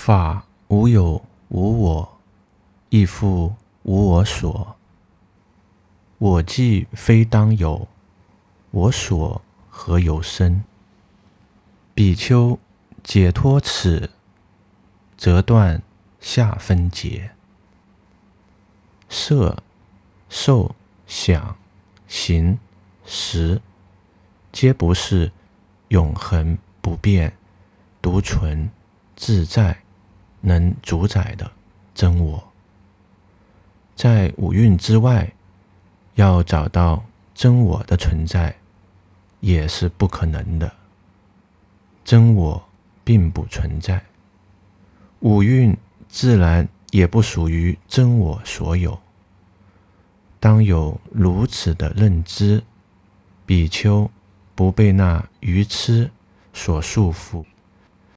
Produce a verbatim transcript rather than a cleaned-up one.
法无有无我，亦复无我所。我既非当有，我所何由生？比丘解脱此，则断下分解。色、受、想、行、识，皆不是永恒不变、独存自在能主宰的真我。在五蕴之外，要找到真我的存在，也是不可能的。真我并不存在，五蕴自然也不属于真我所有。当有如此的认知，比丘不被那愚痴所束缚。